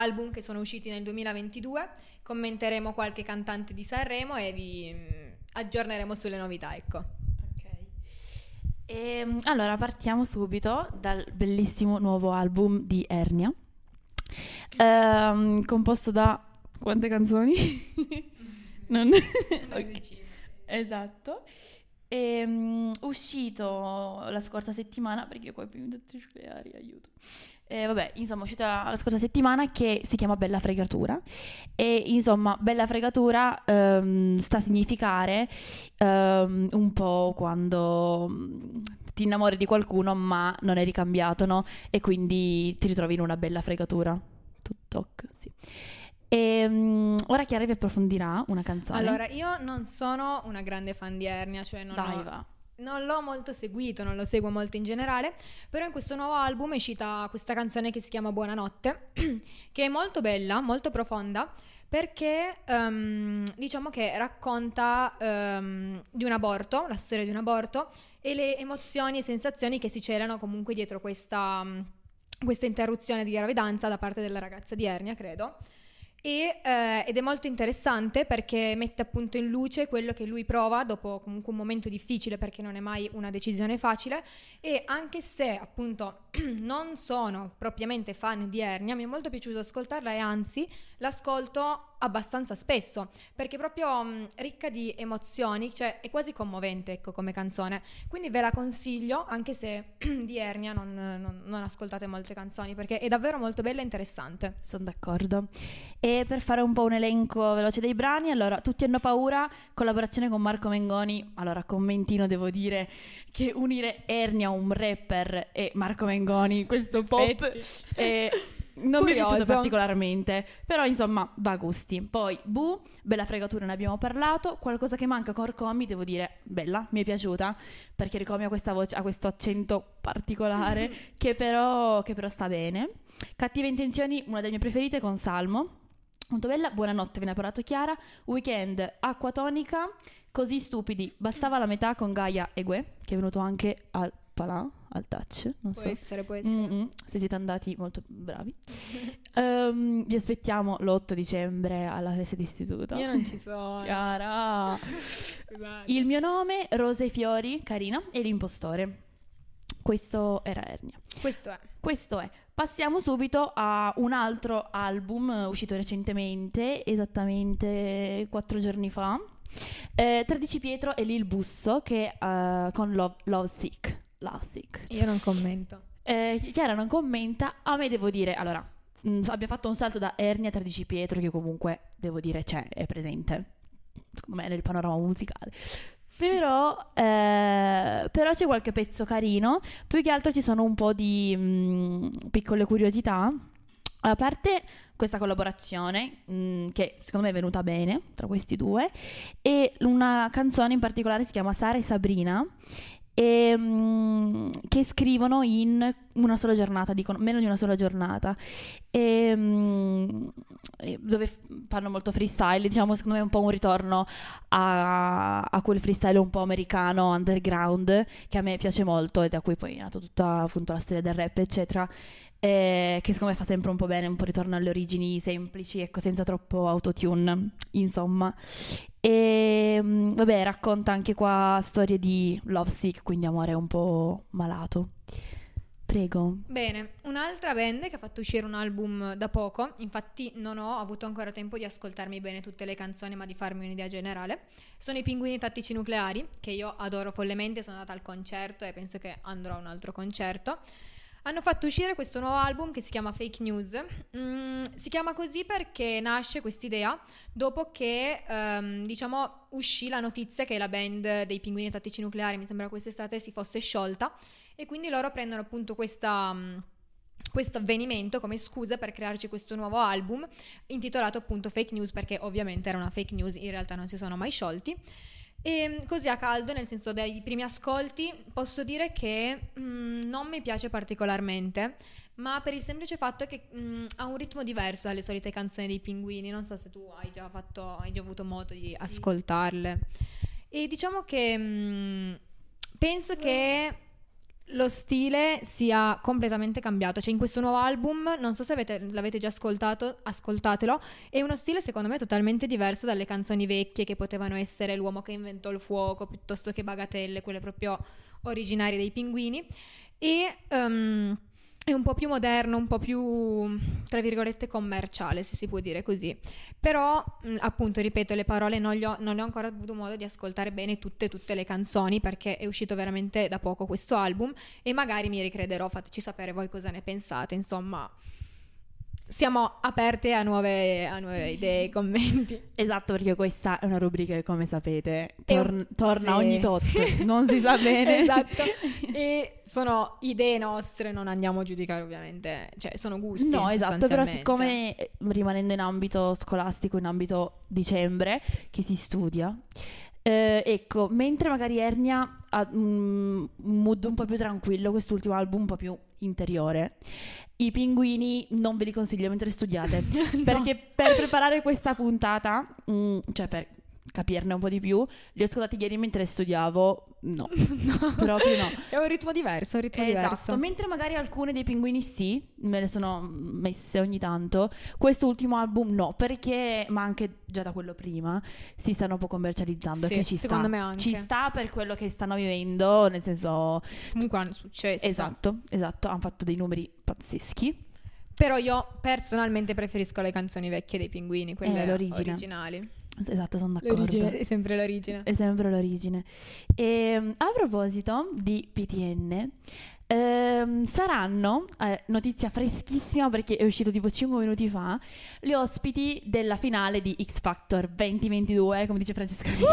album che sono usciti nel 2022, commenteremo qualche cantante di Sanremo e vi aggiorneremo sulle novità, ecco. Allora partiamo subito dal bellissimo nuovo album di Ernia, composto da quante canzoni? Non... okay. Esatto. Uscito la scorsa settimana, perché qua i pinguini nucleari, aiuto. Vabbè, insomma, è uscito la scorsa settimana, che si chiama Bella Fregatura. E insomma, Bella Fregatura sta a significare un po' quando ti innamori di qualcuno ma non è ricambiato, no? E quindi ti ritrovi in una bella fregatura. Tutto, sì. Ora Chiara vi approfondirà una canzone. Allora, io non sono una grande fan di Ernia, cioè va. Non l'ho molto seguito, non lo seguo molto in generale, però in questo nuovo album è uscita questa canzone che si chiama Buonanotte, che è molto bella, molto profonda, perché diciamo che racconta di un aborto, la storia di un aborto e le emozioni e sensazioni che si celano comunque dietro questa interruzione di gravidanza da parte della ragazza di Ernia, credo. Ed è molto interessante perché mette appunto in luce quello che lui prova dopo comunque un momento difficile, perché non è mai una decisione facile, e anche se appunto non sono propriamente fan di Ernia, mi è molto piaciuto ascoltarla, e anzi l'ascolto abbastanza spesso perché è proprio ricca di emozioni, cioè è quasi commovente, ecco, come canzone, quindi ve la consiglio, anche se di Ernia non ascoltate molte canzoni, perché è davvero molto bella e interessante. Sono d'accordo. E per fare un po' un elenco veloce dei brani, allora Tutti hanno paura, collaborazione con Marco Mengoni. Allora, commentino, devo dire che unire Ernia, un rapper, e Marco Mengoni, questo pop, non mi è piaciuto particolarmente, però insomma va a gusti. Poi Bella Fregatura, ne abbiamo parlato. Qualcosa che manca con Rcomi, devo dire, bella, mi è piaciuta, perché Rcomi ha questa voce, ha questo accento particolare che però sta bene. Cattive intenzioni, una delle mie preferite, con Salmo, molto bella. Buonanotte, ve ne ha parlato Chiara. Weekend, Acqua tonica. Così stupidi, bastava la metà, con Gaia e Gue, che è venuto anche al Palà, al Touch, non può so. Essere. Se siete andati, molto bravi. Vi aspettiamo l'8 dicembre alla festa d'istituto. Io non ci sono. Chiara. Il mio nome, Rose e fiori, carina, e l'impostore. Questo era Ernia. Questo è. Passiamo subito a un altro album uscito recentemente, esattamente 4 giorni fa. 13 Pietro e Lil Busso, che con Love Sick. Io non commento. Chiara non commenta. A me, devo dire, allora, abbiamo fatto un salto da Ernia a 13 Pietro, che comunque, devo dire, è presente, secondo me, nel panorama musicale. Però c'è qualche pezzo carino. Più che altro ci sono un po' di piccole curiosità. A parte questa collaborazione, che secondo me è venuta bene tra questi due, e una canzone in particolare si chiama Sara e Sabrina, che scrivono in una sola giornata, dicono meno di una sola giornata, dove fanno molto freestyle, diciamo, secondo me è un po' un ritorno a quel freestyle un po' americano, underground, che a me piace molto, e da cui poi è nata tutta appunto la storia del rap, eccetera, che secondo me fa sempre un po' bene, un po' ritorno alle origini semplici, ecco, senza troppo autotune, insomma. E vabbè, racconta anche qua storie di lovesick, quindi amore un po' malato. Prego. Bene, un'altra band che ha fatto uscire un album da poco, infatti non ho avuto ancora tempo di ascoltarmi bene tutte le canzoni, ma di farmi un'idea generale, sono i Pinguini Tattici Nucleari, che io adoro follemente, sono andata al concerto e penso che andrò a un altro concerto. Hanno fatto uscire questo nuovo album che si chiama Fake News. Si chiama così perché nasce quest'idea dopo che diciamo uscì la notizia che la band dei Pinguini Tattici Nucleari, mi sembra quest'estate, si fosse sciolta, e quindi loro prendono appunto questo avvenimento come scusa per crearci questo nuovo album intitolato appunto Fake News, perché ovviamente era una fake news, in realtà non si sono mai sciolti. E così a caldo, nel senso, dai primi ascolti posso dire che non mi piace particolarmente, ma per il semplice fatto che ha un ritmo diverso dalle solite canzoni dei Pinguini. Non so se tu hai già avuto modo di ascoltarle. E diciamo che penso che lo stile sia completamente cambiato. Cioè in questo nuovo album, non so se l'avete già ascoltato, ascoltatelo, è uno stile secondo me totalmente diverso dalle canzoni vecchie che potevano essere L'uomo che inventò il fuoco piuttosto che Bagatelle, quelle proprio originarie dei Pinguini, e è un po' più moderno, un po' più, tra virgolette, commerciale, se si può dire così. Però, appunto, ripeto, le parole non le ho ancora avuto modo di ascoltare bene tutte le canzoni, perché è uscito veramente da poco questo album e magari mi ricrederò, fateci sapere voi cosa ne pensate, insomma. Siamo aperte a nuove idee, commenti. Esatto, perché questa è una rubrica che, come sapete, torna sì. ogni tot, non si sa bene. Esatto. E sono idee nostre, non andiamo a giudicare ovviamente, cioè sono gusti. No, esatto, però sostanzialmente. siccome rimanendo in ambito scolastico, in ambito dicembre, che si studia, ecco, mentre magari Ernia ha un mood un po' più tranquillo, quest'ultimo album un po' più interiore, i Pinguini non ve li consiglio mentre studiate, perché per preparare questa puntata, cioè per capirne un po' di più, li ho ascoltati ieri mentre studiavo, no, proprio no. È un ritmo diverso, Esatto, mentre magari alcune dei Pinguini sì, me le sono messe ogni tanto, quest'ultimo album no, perché, ma anche già da quello prima, si stanno un po' commercializzando, Sì, che ci secondo sta. me anche. Ci sta per quello che stanno vivendo, nel senso... Comunque hanno successo. Esatto, hanno fatto dei numeri pazzeschi. Però io personalmente preferisco le canzoni vecchie dei Pinguini, quelle l'origine. originali. Esatto, sono d'accordo. L'origine è sempre l'origine. È sempre l'origine. E a proposito di PTN, saranno, notizia freschissima perché è uscito tipo 5 minuti fa, gli ospiti della finale di X Factor 2022, come dice Francesca Micheli.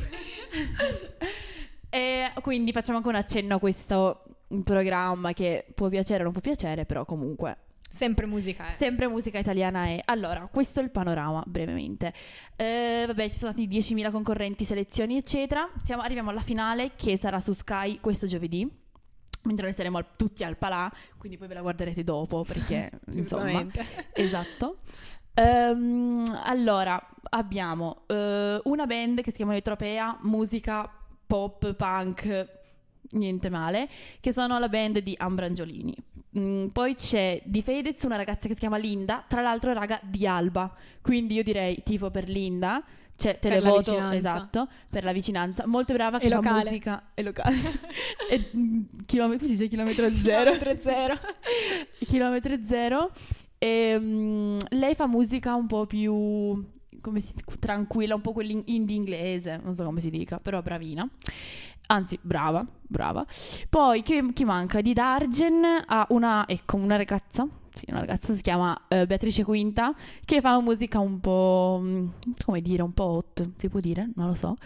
E quindi facciamo anche un accenno a questo programma che può piacere o non può piacere, però comunque... Sempre musica, Sempre musica italiana è. Allora, questo è il panorama, brevemente. Vabbè, ci sono stati 10.000 concorrenti, selezioni, eccetera. Arriviamo alla finale, che sarà su Sky questo giovedì, mentre noi saremo tutti al Palà, quindi poi ve la guarderete dopo, perché, insomma... Esatto. Allora, abbiamo una band che si chiama Etropea, musica pop, punk, niente male, che sono la band di Ambrangiolini. Poi c'è di Fedez una ragazza che si chiama Linda, tra l'altro raga di Alba, quindi io direi tifo per Linda, cioè televoto, esatto, per la vicinanza, molto brava, che fa musica è locale. Come si dice? Chilometro zero. Chilometro zero. Lei fa musica un po' più tranquilla, un po' quell'indie inglese, non so come si dica, però bravina. Anzi, brava. Poi chi manca? Di Dargen ha una ragazza, una ragazza si chiama Beatrice Quinta, che fa musica un po', come dire, un po' hot, si può dire? Non lo so.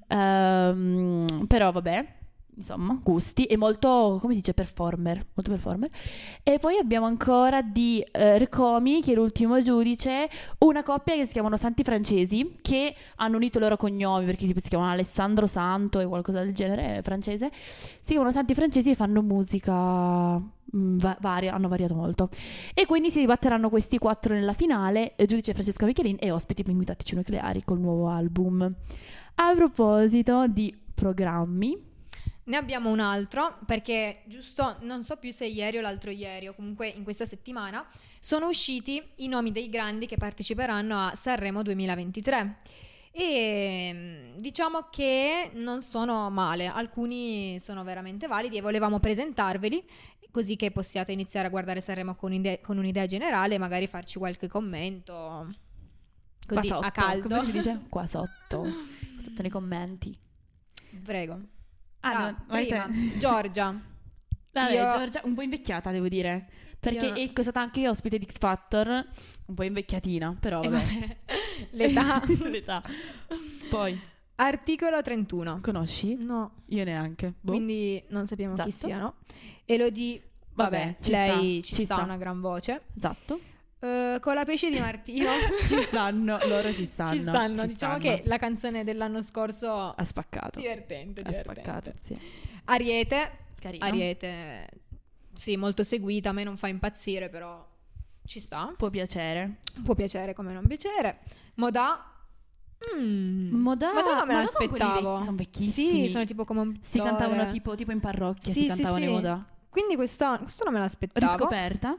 Però vabbè, insomma, gusti, e molto, come si dice, molto performer. E poi abbiamo ancora di Recomi, che è l'ultimo giudice, una coppia che si chiamano Santi Francesi, che hanno unito i loro cognomi, perché tipo si chiamano Alessandro Santo e qualcosa del genere, francese. Si chiamano Santi Francesi e fanno musica hanno variato molto. E quindi si dibatteranno questi 4 nella finale, giudice Francesca Michelin e ospiti Pinguini Tattici Nucleari col nuovo album. A proposito di programmi, ne abbiamo un altro, perché giusto, non so più se ieri o l'altro ieri, o comunque in questa settimana, sono usciti i nomi dei grandi che parteciperanno a Sanremo 2023. E diciamo che non sono male, alcuni sono veramente validi e volevamo presentarveli, così che possiate iniziare a guardare Sanremo con un'idea generale e magari farci qualche commento, così sotto, a caldo. Come si dice? Qua sotto nei commenti. Prego. Prima, Giorgia. Giorgia un po' invecchiata, devo dire, perché è stata anche ospite di X Factor, un po' invecchiatina, però vabbè. L'età. Poi Articolo 31. conosci? No. Io neanche. Quindi non sappiamo chi Esatto. siano. Elodie, vabbè, lei ci sta, una gran voce. Esatto. Con la pesce di Martino loro ci stanno. Diciamo che la canzone dell'anno scorso ha spaccato. Divertente. Spaccato, sì. Ariete, Carino. Ariete, sì, molto seguita, a me non fa impazzire, però ci sta. Può piacere Può piacere come non piacere. Modà, Modà Madonna, me sono l'aspettavo. quelli vecchi, sono vecchissimi. Sì, sono tipo come un Si cantavano tipo in parrocchia, si cantavano i Modà. Quindi questo non me l'aspettavo. Riscoperta.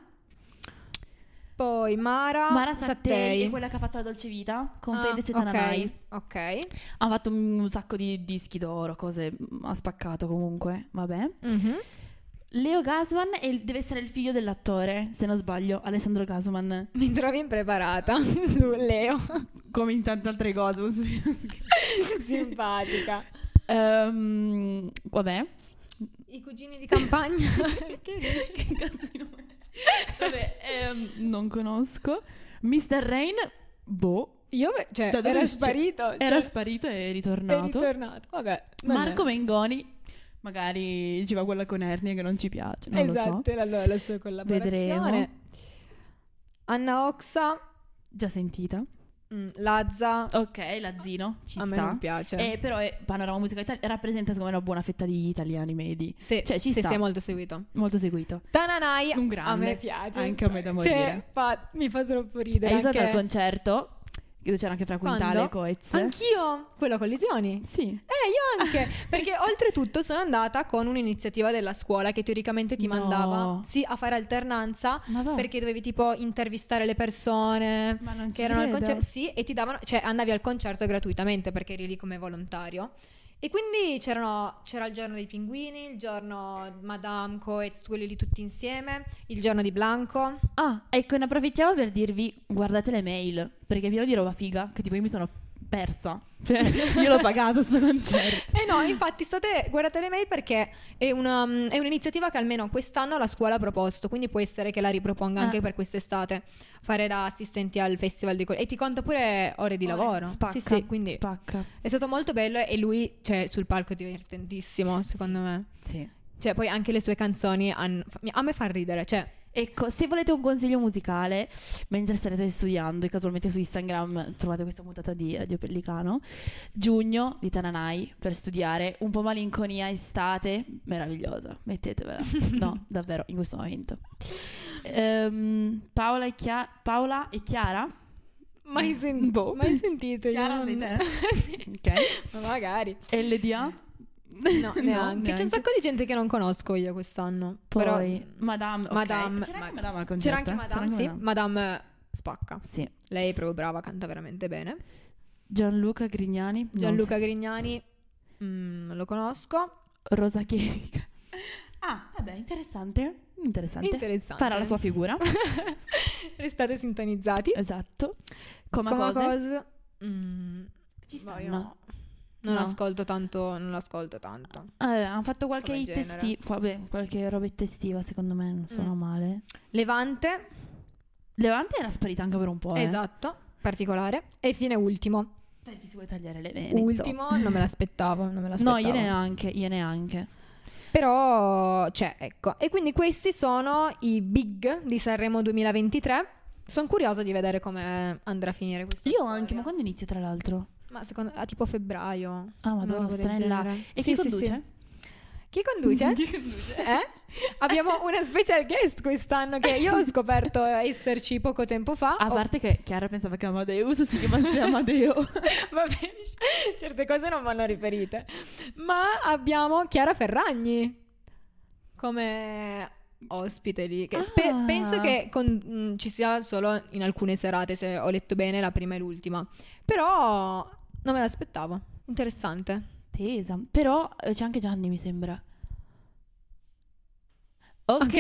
Poi Mara Sattei è quella che ha fatto la Dolce Vita con Fedez e Tananai. Ok. Ha fatto un sacco di dischi d'oro, cose, ha spaccato comunque, vabbè. Mhm. Leo Gasman deve essere il figlio dell'attore, se non sbaglio, Alessandro Gasman. Mi trovi impreparata su Leo. Come in tante altre cose. Simpatica. Vabbè. I cugini di campagna. Che cazzo di nome? Vabbè, non conosco. Mr. Rain, boh. Cioè, Da dove era c'è? sparito. Era cioè, sparito e è è ritornato. ritornato. Vabbè. non Marco è- Mengoni, magari ci va quella con Ernie che non ci piace, non lo so. Esatto, era la sua collaborazione. Vedremo. Anna Oxa, Già sentita. Lazza. Ok, Lazzino, ci A me sta. non piace. Però è Panorama Musica Italia, rappresenta secondo me una buona fetta di italiani medi. Sì, cioè, ci sì, sta. sì, è molto seguito. Molto seguito. Tananai Un grande. a me piace. Anche a me da morire. Cioè, mi fa troppo ridere. Hai visto anche... al concerto? Dove c'era anche Fra Quintale Quando? e Coez. Anch'io, quello con Lesioni. Sì. Io anche, perché oltretutto sono andata con un'iniziativa della scuola che teoricamente ti No. mandava a fare alternanza, Ma va. perché dovevi tipo intervistare le persone Ma non ci che erano al credo. concerto, sì, e ti davano, cioè andavi al concerto gratuitamente perché eri lì come volontario. E quindi c'era il giorno dei pinguini, il giorno Madame Coez, quelli lì tutti insieme, il giorno di Blanco. Ah, ecco, ne approfittiamo per dirvi guardate le mail, perché è pieno di roba figa che tipo io mi sono persa. Cioè, io l'ho pagato sto concerto. No, infatti guardate le mail perché è un'iniziativa che almeno quest'anno la scuola ha proposto, quindi può essere che la riproponga anche per quest'estate, fare da assistenti al festival e ti conta pure ore di lavoro. Spacca, Sì, quindi spacca. è stato molto bello e lui, cioè, sul palco è divertentissimo, secondo me. Sì. Cioè, poi anche le sue canzoni a me fa ridere, cioè. Ecco, se volete un consiglio musicale mentre starete studiando e casualmente su Instagram trovate questa puntata di Radio Pellicano, Giugno di Tananai per studiare, un po' malinconia estate, meravigliosa, mettetevela. No, davvero, in questo momento. Paola e Chiara? Mai sentito? Chiara, io sei non- te? Sì. Ok. Ma magari. LDA? No, neanche. C'è un sacco di gente che non conosco io quest'anno. Poi Però, Madame, ok. Madame, C'era anche Madame al concerto? c'era anche Madame, sì. Madame. Madame spacca. Sì. Lei è proprio brava, canta veramente bene. Gianluca Grignani? Non Gianluca so. Grignani, non lo conosco. Rosa Chemica. Ah, vabbè, interessante. Interessante. Farà la sua figura. Restate sintonizzati. Esatto. Come Come cose. cose. Ci boh, stanno. io non No. ascolto tanto. Non l'ascolto tanto. Hanno fatto qualche Come hit genere. vabbè, qualche robetta estiva, secondo me, non sono male. Levante, Levante era sparita anche per un po', esatto, particolare. E fine ultimo. Dai, ti si vuoi tagliare le vene, Ultimo, non me l'aspettavo. Non me insomma. l'aspettavo. No, io neanche. Però, cioè, ecco. E quindi questi sono i big di Sanremo 2023. Sono curiosa di vedere come andrà a finire questa Io storia. anche, ma quando inizia tra l'altro? Ma secondo tipo febbraio. Ah, madonna, Una roba del strella. genere. E Sì, chi sì, conduce? sì. Chi conduce? Chi conduce? Abbiamo una special guest quest'anno che io ho scoperto esserci poco tempo fa. A parte che Chiara pensava che Amadeus si chiamasse Amadeo. Vabbè, certe cose non vanno riferite. Ma abbiamo Chiara Ferragni come ospite lì. Che Ah. penso che ci sia solo in alcune serate, se ho letto bene, la prima e l'ultima. Però non me l'aspettavo. Interessante. Tesa. Però c'è anche Gianni, mi sembra. Ok.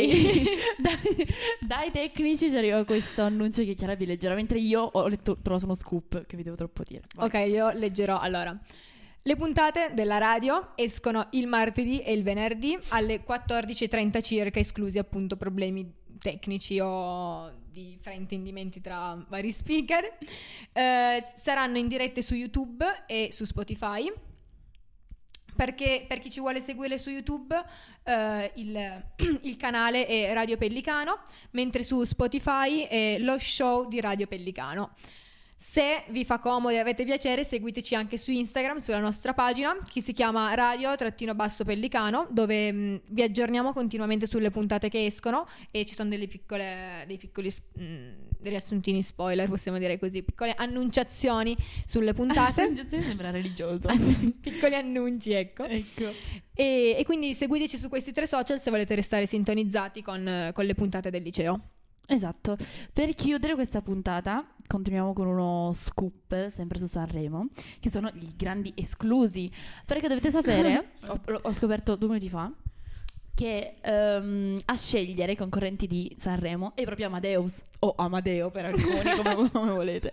Dai tecnici ci arriva questo annuncio che Chiara vi leggerà, mentre io ho letto, trovato uno scoop che vi devo troppo dire. Vai. Ok, io leggerò. Allora, le puntate della radio escono il martedì e il venerdì alle 14:30 circa, esclusi appunto problemi tecnici o di fraintendimenti tra vari speaker. Saranno in dirette su YouTube e su Spotify. Perché per chi ci vuole seguire su YouTube il canale è Radio Pellicano, mentre su Spotify è lo show di Radio Pellicano. Se vi fa comodo e avete piacere, seguiteci anche su Instagram, sulla nostra pagina, che si chiama Radio_Pellicano, dove vi aggiorniamo continuamente sulle puntate che escono, e ci sono dei piccoli riassuntini spoiler, possiamo dire così, piccole annunciazioni sulle puntate. Annunciazioni sembra religioso. Piccoli annunci, ecco. E quindi seguiteci su questi 3 social se volete restare sintonizzati con le puntate del liceo. Esatto. Per chiudere questa puntata continuiamo con uno scoop sempre su Sanremo, che sono i grandi esclusi, perché dovete sapere ho scoperto 2 minuti fa che a scegliere i concorrenti di Sanremo è proprio Amadeus, o Amadeo per alcuni, come volete,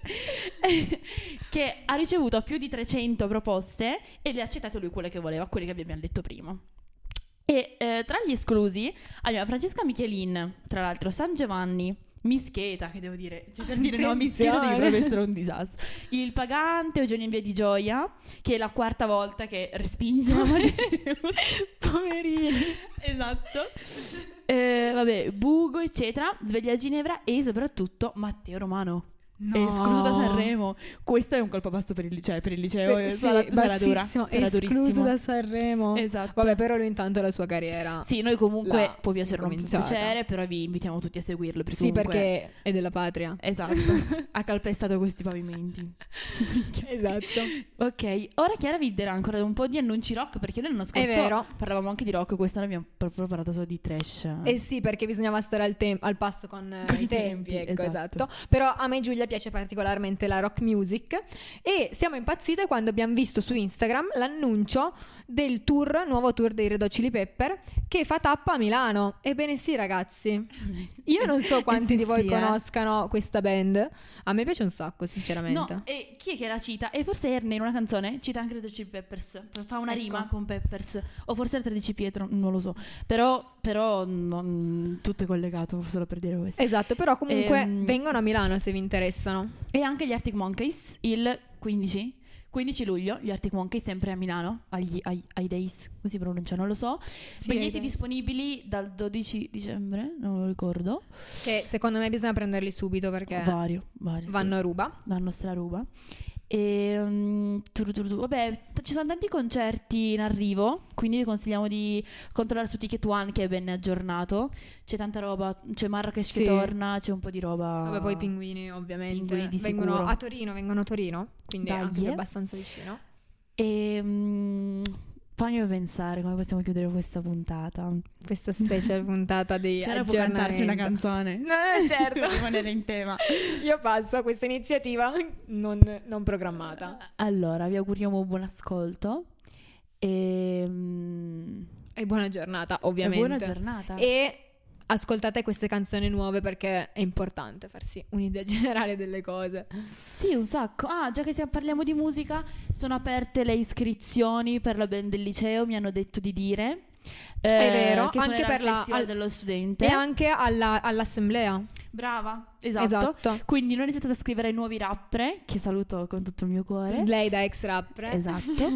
che ha ricevuto più di 300 proposte e le ha accettate lui quelle che voleva, quelle che vi abbiamo detto prima. E tra gli esclusi abbiamo Francesca Michelin, tra l'altro San Giovanni, Mischeta, che devo dire, cioè per dire no, Mischeta devi proprio essere un disastro. Il Pagante, Eugenio in Via di Gioia, che è la 4ª volta che respinge Amadeus. Poverini. Esatto. Vabbè, Bugo, eccetera, Sveglia a Ginevra e soprattutto Matteo Romano. No. È escluso da Sanremo. Questo è un colpo basso per il liceo. Sì, sarà bassissimo, sarà escluso durissimo da Sanremo. Esatto. Vabbè, però lui intanto la sua carriera. Sì, noi comunque l'ha può piacere o non incominciata. piacere, però vi invitiamo tutti a seguirlo perché Sì, comunque, perché è della patria. esatto, ha calpestato questi pavimenti. Esatto. Ok, ora Chiara vi darà ancora un po' di annunci rock, perché noi l'anno scorso È vero. parlavamo anche di rock, quest'anno abbiamo proprio parlato solo di trash. Eh sì, perché bisognava stare al passo con i tempi, ecco, esatto. esatto. Però a me e Giulia piace particolarmente la rock music e siamo impazzite quando abbiamo visto su Instagram l'annuncio del nuovo tour dei Red Hot Chili Pepper, che fa tappa a Milano. Ebbene sì, ragazzi, io non so quanti di voi conoscano questa band. A me piace un sacco, sinceramente. No, e chi è che la cita? E forse Ernie in una canzone cita anche Red Hot Chili Peppers, fa una rima con Peppers, o forse il 13 Pietro, non lo so, però tutto è collegato, solo per dire questo. Esatto, però comunque vengono a Milano se vi interessano. E anche gli Arctic Monkeys il 15 luglio, gli Arctic Monkeys sempre a Milano, ai Days, come si pronuncia, non lo so. Sì, biglietti disponibili dal 12 dicembre, non lo ricordo. Che secondo me bisogna prenderli subito perché Vari, vanno sì. a ruba. Vanno straruba. E vabbè, ci sono tanti concerti in arrivo, quindi vi consigliamo di controllare su Ticket One, che è ben aggiornato. C'è tanta roba, c'è Marrakesh che torna, c'è un po' di roba. Vabbè, poi i pinguini ovviamente Pinguini di vengono sicuro. vengono a Torino, quindi è anche abbastanza vicino. E fammi pensare come possiamo chiudere questa puntata. Questa special puntata di Chiara può cantarci una canzone. No, certo. Per rimanere in tema. Io passo a questa iniziativa non programmata. Allora, vi auguriamo buon ascolto e buona giornata, ovviamente. buona giornata. E ascoltate queste canzoni nuove perché è importante farsi un'idea generale delle cose. Sì, un sacco. Già che parliamo di musica, sono aperte le iscrizioni per la band del liceo, mi hanno detto di dire. È vero, che anche per il festival dello studente. E anche all'assemblea. Brava, esatto. Quindi non iniziate a scrivere ai nuovi rapper, che saluto con tutto il mio cuore. Lei da ex rapper. Esatto.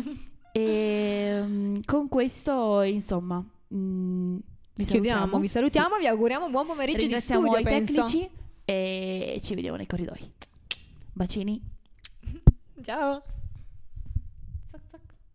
E con questo, insomma, vi salutiamo, vi auguriamo buon pomeriggio di studio, i penso. tecnici e ci vediamo nei corridoi. Bacini. Ciao. Zac, zac.